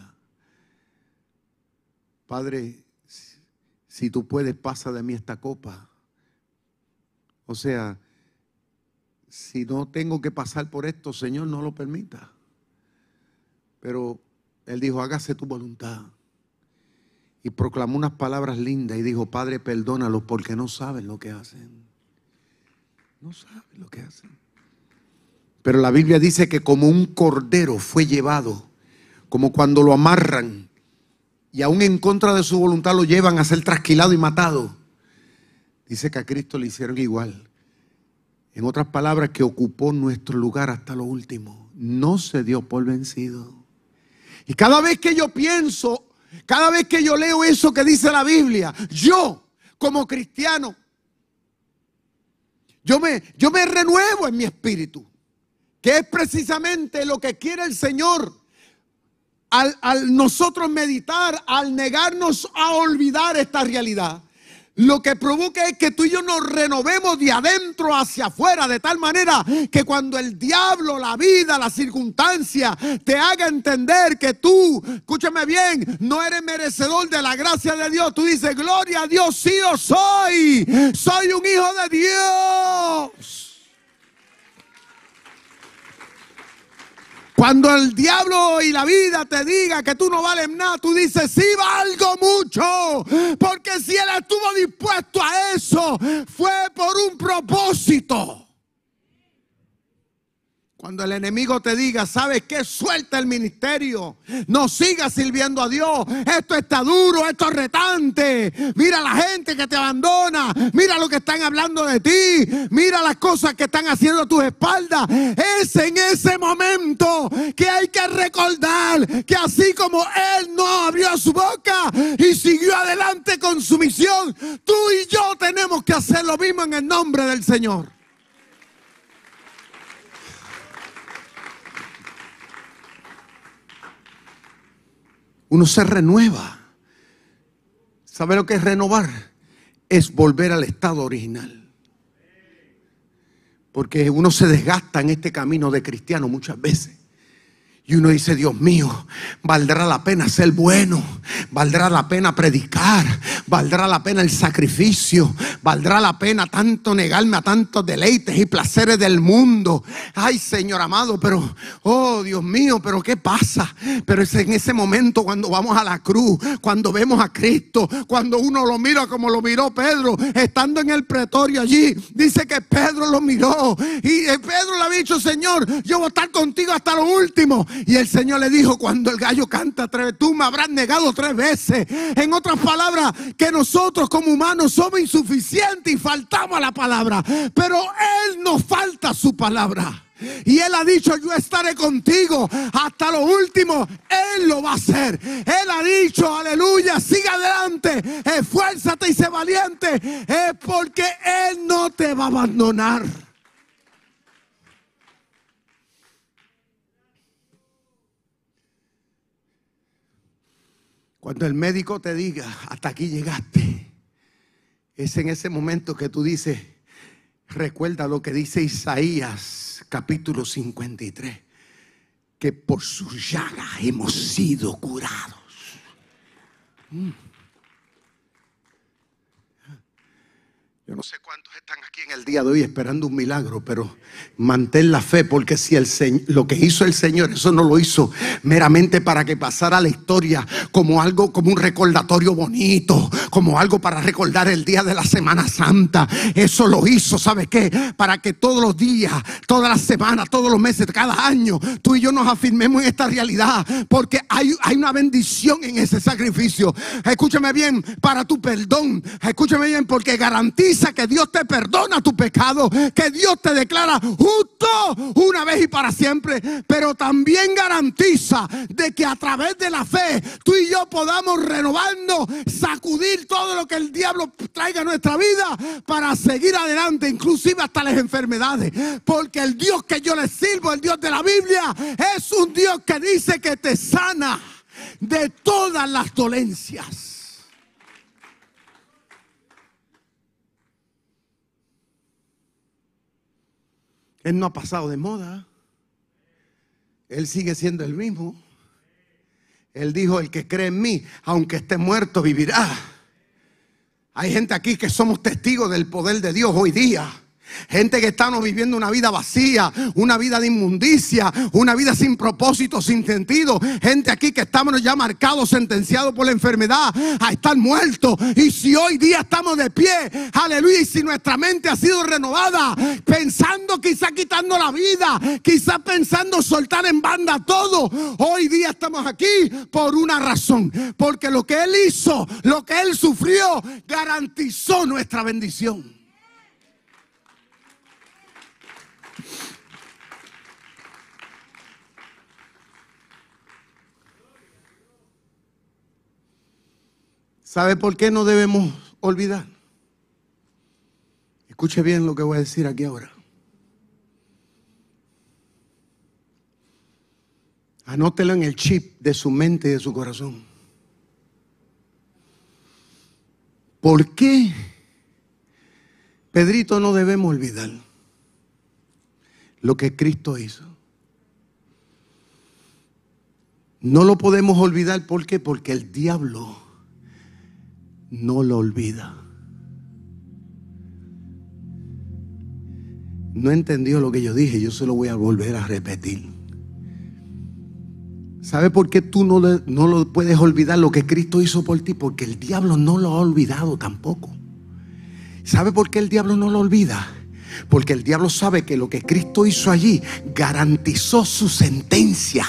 Padre, si tú puedes, pasa de mí esta copa. O sea, si no tengo que pasar por esto, Señor, no lo permita. Pero Él dijo: hágase tu voluntad. Y proclamó unas palabras lindas y dijo: Padre, perdónalos porque no saben lo que hacen. No saben lo que hacen. Pero la Biblia dice que como un cordero fue llevado, como cuando lo amarran y aún en contra de su voluntad lo llevan a ser trasquilado y matado. Dice que a Cristo le hicieron igual. En otras palabras, que ocupó nuestro lugar hasta lo último. No se dio por vencido. Y cada vez que yo pienso, cada vez que yo leo eso que dice la Biblia, yo como cristiano, yo me renuevo en mi espíritu, que es precisamente lo que quiere el Señor. Al nosotros meditar, al negarnos a olvidar esta realidad, lo que provoca es que tú y yo nos renovemos de adentro hacia afuera, de tal manera que cuando el diablo, la vida, la circunstancia te haga entender que tú, escúchame bien, no eres merecedor de la gracia de Dios, tú dices: gloria a Dios, sí yo soy un hijo de Dios. Cuando el diablo y la vida te diga que tú no vales nada, tú dices: sí valgo mucho, porque si Él estuvo dispuesto a eso, fue por un propósito. Cuando el enemigo te diga: ¿sabes qué? Suelta el ministerio, no sigas sirviendo a Dios, esto está duro, esto es retante, mira la gente que te abandona, mira lo que están hablando de ti, mira las cosas que están haciendo a tus espaldas. Es en ese momento que hay que recordar que así como Él no abrió su boca y siguió adelante con su misión, tú y yo tenemos que hacer lo mismo en el nombre del Señor. Uno se renueva. ¿Sabe lo que es renovar? Es volver al estado original. Porque uno se desgasta en este camino de cristiano muchas veces. Y uno dice: Dios mío, valdrá la pena ser bueno, valdrá la pena predicar, valdrá la pena el sacrificio, valdrá la pena tanto negarme a tantos deleites y placeres del mundo. Ay, Señor amado, pero, oh Dios mío, pero ¿qué pasa? Pero es en ese momento cuando vamos a la cruz, cuando vemos a Cristo, cuando uno lo mira como lo miró Pedro, estando en el pretorio allí. Dice que Pedro lo miró y Pedro le había dicho: Señor, yo voy a estar contigo hasta lo último. Y el Señor le dijo: cuando el gallo canta 3 veces, tú me habrás negado 3 veces. En otras palabras, que nosotros como humanos somos insuficientes y faltamos a la palabra, pero Él nos falta su palabra. Y Él ha dicho: yo estaré contigo hasta lo último. Él lo va a hacer. Él ha dicho: aleluya, sigue adelante, esfuérzate y sé valiente. Es porque Él no te va a abandonar. Cuando el médico te diga: hasta aquí llegaste, es en ese momento que tú dices: recuerda lo que dice Isaías capítulo 53, que por sus llagas hemos sido curados. Yo no sé cuántos están aquí en el día de hoy esperando un milagro, pero mantén la fe, porque si lo que hizo el Señor, eso no lo hizo meramente para que pasara la historia como algo, como un recordatorio bonito, como algo para recordar el día de la Semana Santa. Eso lo hizo, ¿sabe qué? Para que todos los días, todas las semanas, todos los meses, cada año, tú y yo nos afirmemos en esta realidad, porque hay una bendición en ese sacrificio. Escúchame bien, para tu perdón. Escúchame bien, porque garantiza que Dios te perdona tu pecado, que Dios te declara justo una vez y para siempre, pero también garantiza de que a través de la fe tú y yo podamos renovando, sacudir todo lo que el diablo traiga a nuestra vida para seguir adelante, inclusive hasta las enfermedades, porque el Dios que yo le sirvo, el Dios de la Biblia, es un Dios que dice que te sana de todas las dolencias. Él no ha pasado de moda. Él sigue siendo el mismo. Él dijo: el que cree en mí, aunque esté muerto, vivirá. Hay gente aquí que somos testigos del poder de Dios hoy día. Gente que estamos viviendo una vida vacía, una vida de inmundicia, una vida sin propósito, sin sentido. Gente aquí que estamos ya marcados, sentenciados por la enfermedad a estar muertos. Y si hoy día estamos de pie, aleluya, y si nuestra mente ha sido renovada, pensando quizá quitando la vida, quizá pensando soltar en banda todo, hoy día estamos aquí por una razón, porque lo que Él hizo, lo que Él sufrió, garantizó nuestra bendición. ¿Sabe por qué no debemos olvidar? Escuche bien lo que voy a decir aquí ahora. Anótelo en el chip de su mente y de su corazón. ¿Por qué, Pedrito, no debemos olvidar lo que Cristo hizo? No lo podemos olvidar. ¿Por qué? Porque el diablo no lo olvida. No entendió lo que yo dije, yo se lo voy a volver a repetir. ¿Sabe por qué tú no lo puedes olvidar lo que Cristo hizo por ti? Porque el diablo no lo ha olvidado tampoco. ¿Sabe por qué el diablo no lo olvida? Porque el diablo sabe que lo que Cristo hizo allí garantizó su sentencia.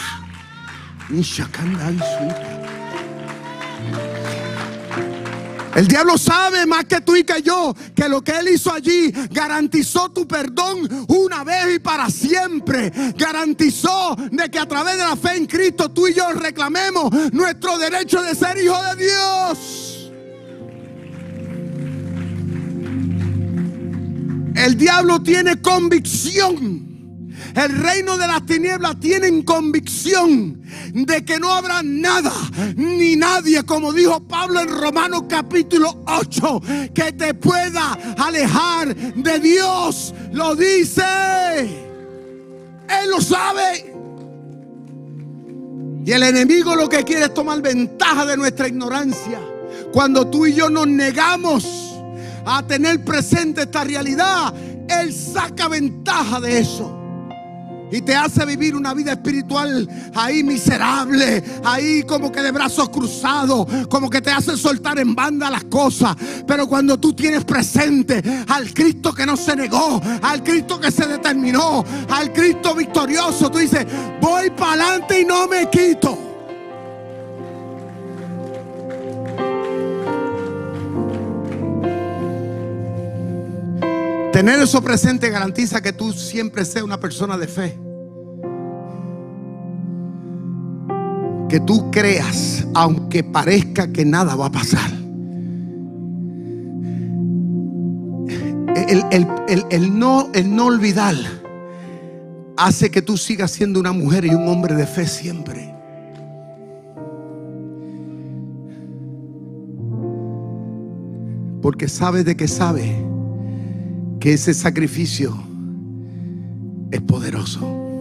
El diablo sabe más que tú y que yo que lo que Él hizo allí garantizó tu perdón una vez y para siempre. Garantizó de que a través de la fe en Cristo tú y yo reclamemos nuestro derecho de ser hijos de Dios. El diablo tiene convicción. El reino de las tinieblas tienen convicción de que no habrá nada ni nadie, como dijo Pablo en Romanos capítulo 8, que te pueda alejar de Dios. Lo dice. Él lo sabe. Y el enemigo lo que quiere es tomar ventaja de nuestra ignorancia. Cuando tú y yo nos negamos a tener presente esta realidad, Él saca ventaja de eso. Y te hace vivir una vida espiritual ahí miserable, ahí como que de brazos cruzados, como que te hace soltar en banda las cosas. Pero cuando tú tienes presente al Cristo que no se negó, al Cristo que se determinó, al Cristo victorioso, tú dices: voy para adelante y no me quito. Tener eso presente garantiza que tú siempre seas una persona de fe. Que tú creas aunque parezca que nada va a pasar. El no olvidar hace que tú sigas siendo una mujer y un hombre de fe siempre. Porque sabes de que sabes que ese sacrificio es poderoso.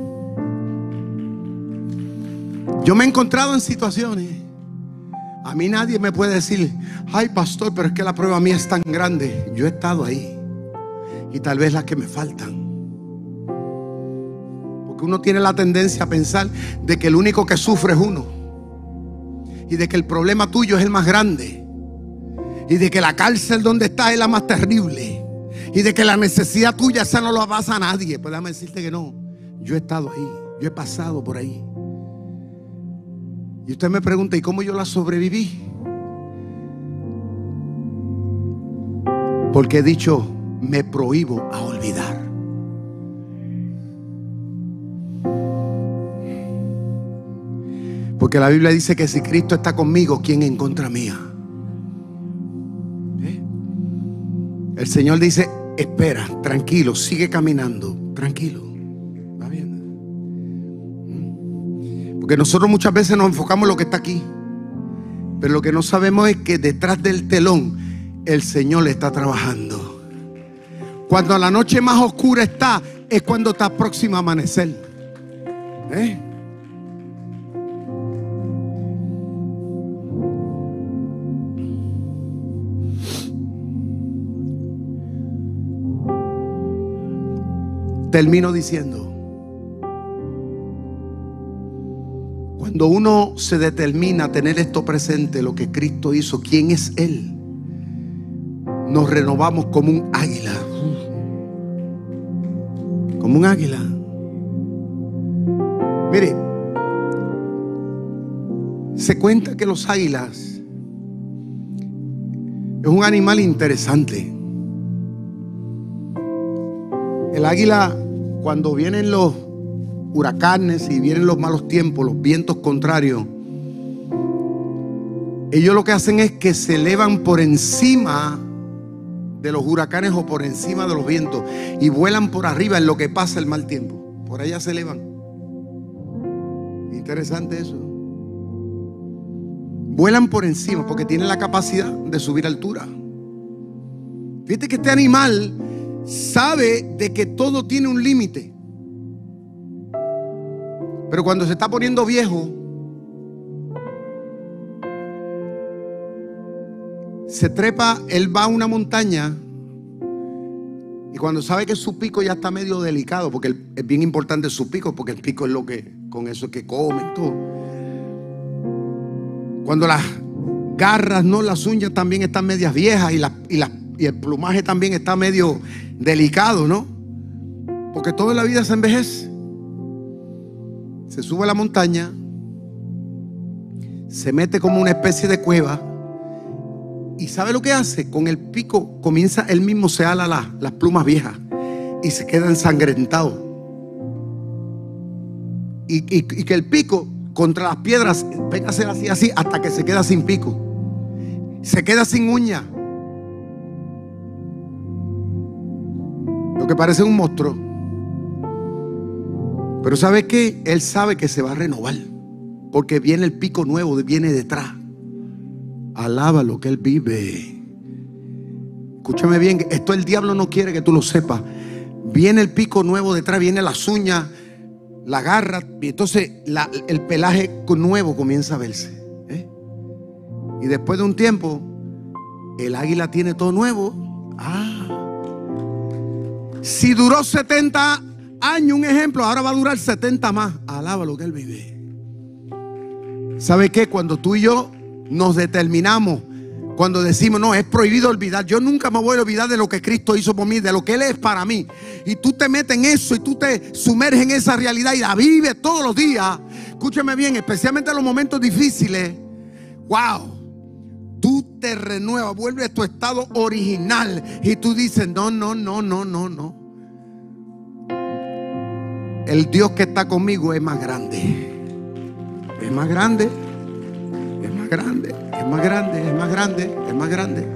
Yo me he encontrado en situaciones. A mí nadie me puede decir: ay, pastor, pero es que la prueba mía es tan grande. Yo he estado ahí. y tal vez las que me faltan. Porque uno tiene la tendencia a pensar de que el único que sufre es uno, y de que el problema tuyo es el más grande, y de que la cárcel donde estás es la más terrible, y de que la necesidad tuya esa no la pasa a nadie. Pues déjame decirte que no. Yo he estado ahí, yo he pasado por ahí. Y usted me pregunta, ¿y cómo yo la sobreviví? Porque he dicho, me prohíbo a olvidar. Porque la Biblia dice que si Cristo está conmigo, ¿quién en contra mía? El Señor dice, espera, tranquilo, sigue caminando, tranquilo. ¿Va bien? Porque nosotros muchas veces nos enfocamos en lo que está aquí, pero lo que no sabemos es que detrás del telón el Señor está trabajando. Cuando la noche más oscura está, es cuando está próxima a amanecer. Termino diciendo, cuando uno se determina a tener esto presente, lo que Cristo hizo, quién es Él, nos renovamos como un águila. Como un águila. Mire, se cuenta que los águilas es un animal interesante. El águila, cuando vienen los huracanes y vienen los malos tiempos, los vientos contrarios, ellos lo que hacen es que se elevan por encima de los huracanes o por encima de los vientos y vuelan por arriba en lo que pasa el mal tiempo. Por allá se elevan. Interesante eso. Vuelan por encima porque tienen la capacidad de subir altura. Fíjate que este animal sabe de que todo tiene un límite, pero cuando se está poniendo viejo, se trepa, él va a una montaña y cuando sabe que su pico ya está medio delicado, porque es bien importante su pico, porque el pico es lo que, con eso es que comen todo. Cuando las garras, no, las uñas también están medias viejas y el plumaje también está medio delicado, ¿no? Porque toda la vida se envejece. Se sube a la montaña, se mete como una especie de cueva y ¿sabe lo que hace? Con el pico comienza, él mismo se ala las plumas viejas y se queda ensangrentado. Y que el pico contra las piedras venga a ser así hasta que se queda sin pico, se queda sin uña. Lo que parece un monstruo. Pero ¿sabe qué? Él sabe que se va a renovar, porque viene el pico nuevo, viene detrás. Alaba lo que él vive. Escúchame bien, esto el diablo no quiere que tú lo sepas. Viene el pico nuevo detrás, viene las uñas, la garra, y entonces el pelaje nuevo comienza a verse. Y después de un tiempo, el águila tiene todo nuevo. Si duró 70 años, un ejemplo, ahora va a durar 70 más. Alaba lo que él vive. ¿Sabe qué? Cuando tú y yo nos determinamos, cuando decimos, no, es prohibido olvidar, yo nunca me voy a olvidar de lo que Cristo hizo por mí, de lo que Él es para mí, y tú te metes en eso y tú te sumerges en esa realidad y la vives todos los días. Escúchame bien, especialmente en los momentos difíciles. Wow, tú te renuevas, vuelves a tu estado original y tú dices, no. El Dios que está conmigo es más grande. Es más grande. Es más grande. Es más grande. Es más grande. Es más grande.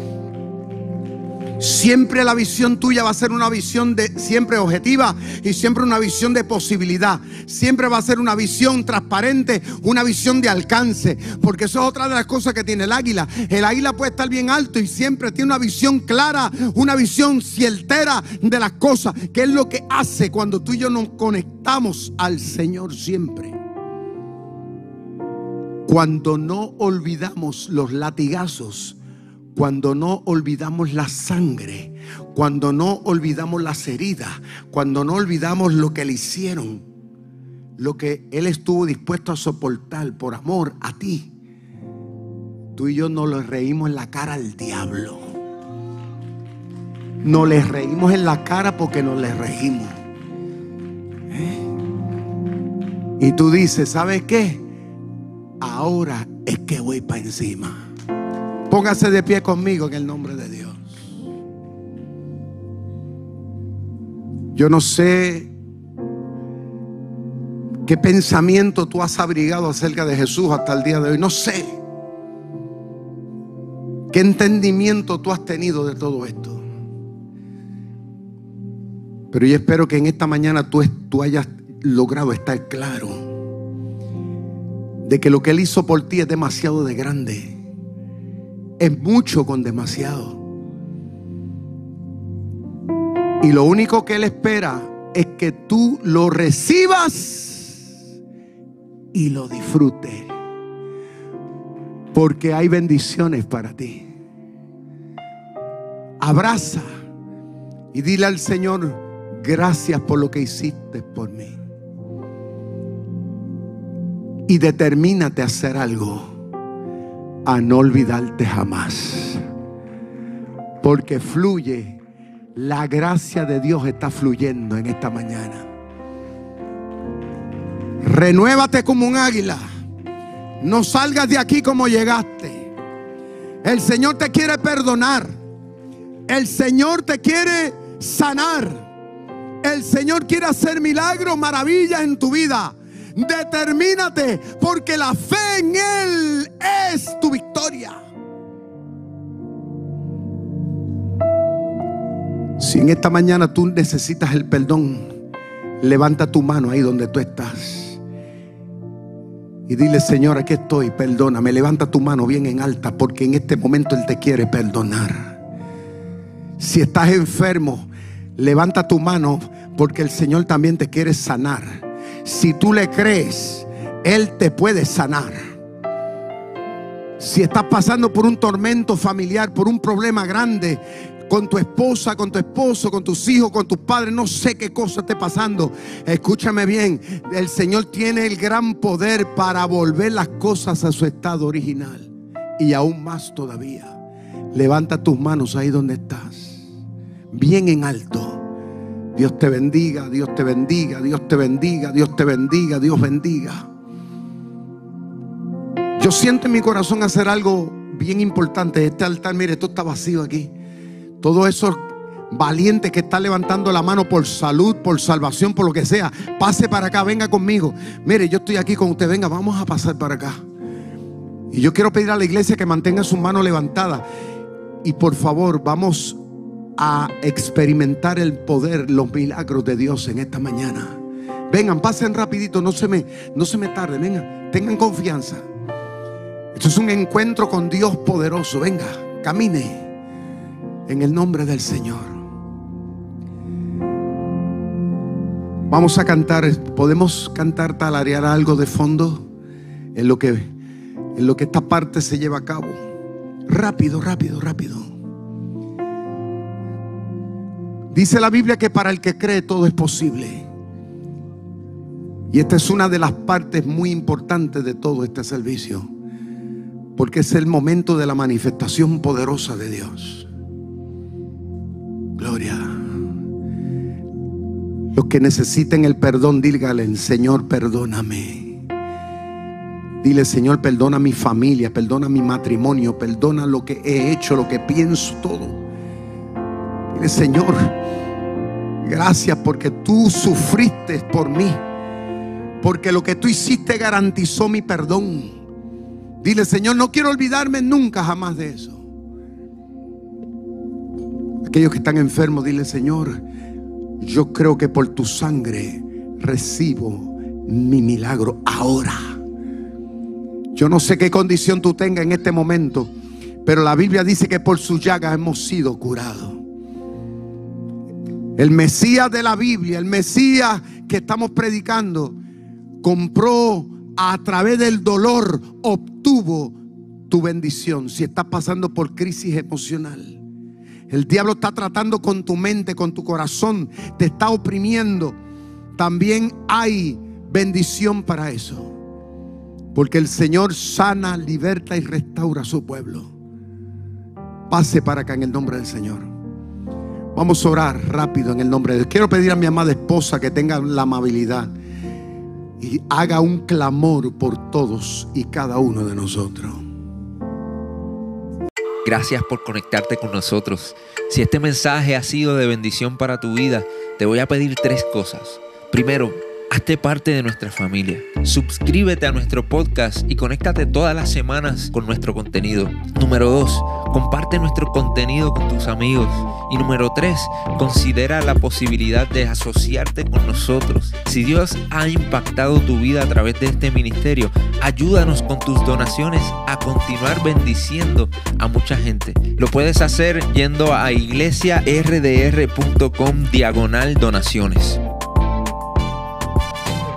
Siempre la visión tuya va a ser una visión siempre objetiva y siempre una visión de posibilidad. Siempre va a ser una visión transparente, una visión de alcance, porque eso es otra de las cosas que tiene el águila. El águila puede estar bien alto y siempre tiene una visión clara, una visión certera de las cosas, que es lo que hace cuando tú y yo nos conectamos al Señor siempre. Cuando no olvidamos los latigazos cuando no olvidamos la sangre, cuando no olvidamos las heridas, cuando no olvidamos lo que le hicieron, lo que Él estuvo dispuesto a soportar por amor a ti, tú y yo nos le reímos en la cara al diablo. Nos le reímos en la cara porque nos le reímos. Y tú dices, ¿sabes qué? Ahora es que voy para encima. Póngase de pie conmigo en el nombre de Dios. Yo no sé qué pensamiento tú has abrigado acerca de Jesús hasta el día de hoy. No sé qué entendimiento tú has tenido de todo esto. Pero yo espero que en esta mañana tú hayas logrado estar claro de que lo que Él hizo por ti es demasiado de grande. Es mucho con demasiado. Y lo único que Él espera es que tú lo recibas y lo disfrutes. Porque hay bendiciones para ti. Abraza y dile al Señor, gracias por lo que hiciste por mí. Y determínate a hacer algo, a no olvidarte jamás. Porque fluye, la gracia de Dios está fluyendo en esta mañana. Renuévate como un águila. No salgas de aquí como llegaste. El Señor te quiere perdonar. El Señor te quiere sanar. El Señor quiere hacer milagros, maravillas en tu vida. Determínate, porque la fe en Él es tu victoria. Si en esta mañana tú necesitas el perdón, levanta tu mano ahí donde tú estás y dile, Señor, aquí estoy, perdóname. Levanta tu mano bien en alta, porque en este momento Él te quiere perdonar. Si estás enfermo, levanta tu mano, porque el Señor también te quiere sanar. Si tú le crees, Él te puede sanar. Si estás pasando por un tormento familiar, por un problema grande, con tu esposa, con tu esposo, con tus hijos, con tus padres, no sé qué cosa esté pasando, escúchame bien, el Señor tiene el gran poder para volver las cosas a su estado original. Y aún más todavía, levanta tus manos ahí donde estás, bien en alto. Dios te bendiga, Dios te bendiga, Dios te bendiga, Dios te bendiga, Dios bendiga. Yo siento en mi corazón hacer algo bien importante. Este altar, mire, esto está vacío aquí. Todos esos valientes que están levantando la mano por salud, por salvación, por lo que sea, pase para acá, venga conmigo. Mire, yo estoy aquí con usted, venga, vamos a pasar para acá. Y yo quiero pedir a la iglesia que mantenga sus manos levantadas. Y por favor, vamos a experimentar el poder, los milagros de Dios en esta mañana. Vengan, pasen rapidito, no se me tarden, vengan, tengan confianza. Esto es un encuentro con Dios poderoso. Venga, camine en el nombre del Señor. Vamos a cantar. Podemos cantar, tararear algo de fondo en lo que esta parte se lleva a cabo. Rápido, rápido, rápido. Dice la Biblia que para el que cree todo es posible. Y esta es una de las partes muy importantes de todo este servicio, porque es el momento de la manifestación poderosa de Dios. Gloria. Los que necesiten el perdón, díganle, Señor, perdóname. Dile, Señor, perdona mi familia, perdona mi matrimonio, perdona lo que he hecho, lo que pienso, todo. Dile, Señor, gracias porque tú sufriste por mí, porque lo que tú hiciste garantizó mi perdón. Dile, Señor, no quiero olvidarme nunca jamás de eso. Aquellos que están enfermos, dile, Señor, yo creo que por tu sangre recibo mi milagro ahora. Yo no sé qué condición tú tengas en este momento, pero la Biblia dice que por sus llagas hemos sido curados. El Mesías de la Biblia, el Mesías que estamos predicando, compró a través del dolor, obtuvo tu bendición, si estás pasando por crisis emocional, el diablo está tratando con tu mente, con tu corazón, te está oprimiendo, también hay bendición para eso. Porque el Señor sana, liberta y restaura a su pueblo. Pase para acá en el nombre del Señor. Vamos a orar rápido en el nombre de Dios. Quiero pedir a mi amada esposa que tenga la amabilidad y haga un clamor por todos y cada uno de nosotros. Gracias por conectarte con nosotros. Si este mensaje ha sido de bendición para tu vida, te voy a pedir 3 cosas. Primero, hazte parte de nuestra familia. Suscríbete a nuestro podcast y conéctate todas las semanas con nuestro contenido. Número 2, comparte nuestro contenido con tus amigos. Y número 3, considera la posibilidad de asociarte con nosotros. Si Dios ha impactado tu vida a través de este ministerio, ayúdanos con tus donaciones a continuar bendiciendo a mucha gente. Lo puedes hacer yendo a iglesiardr.com/donaciones.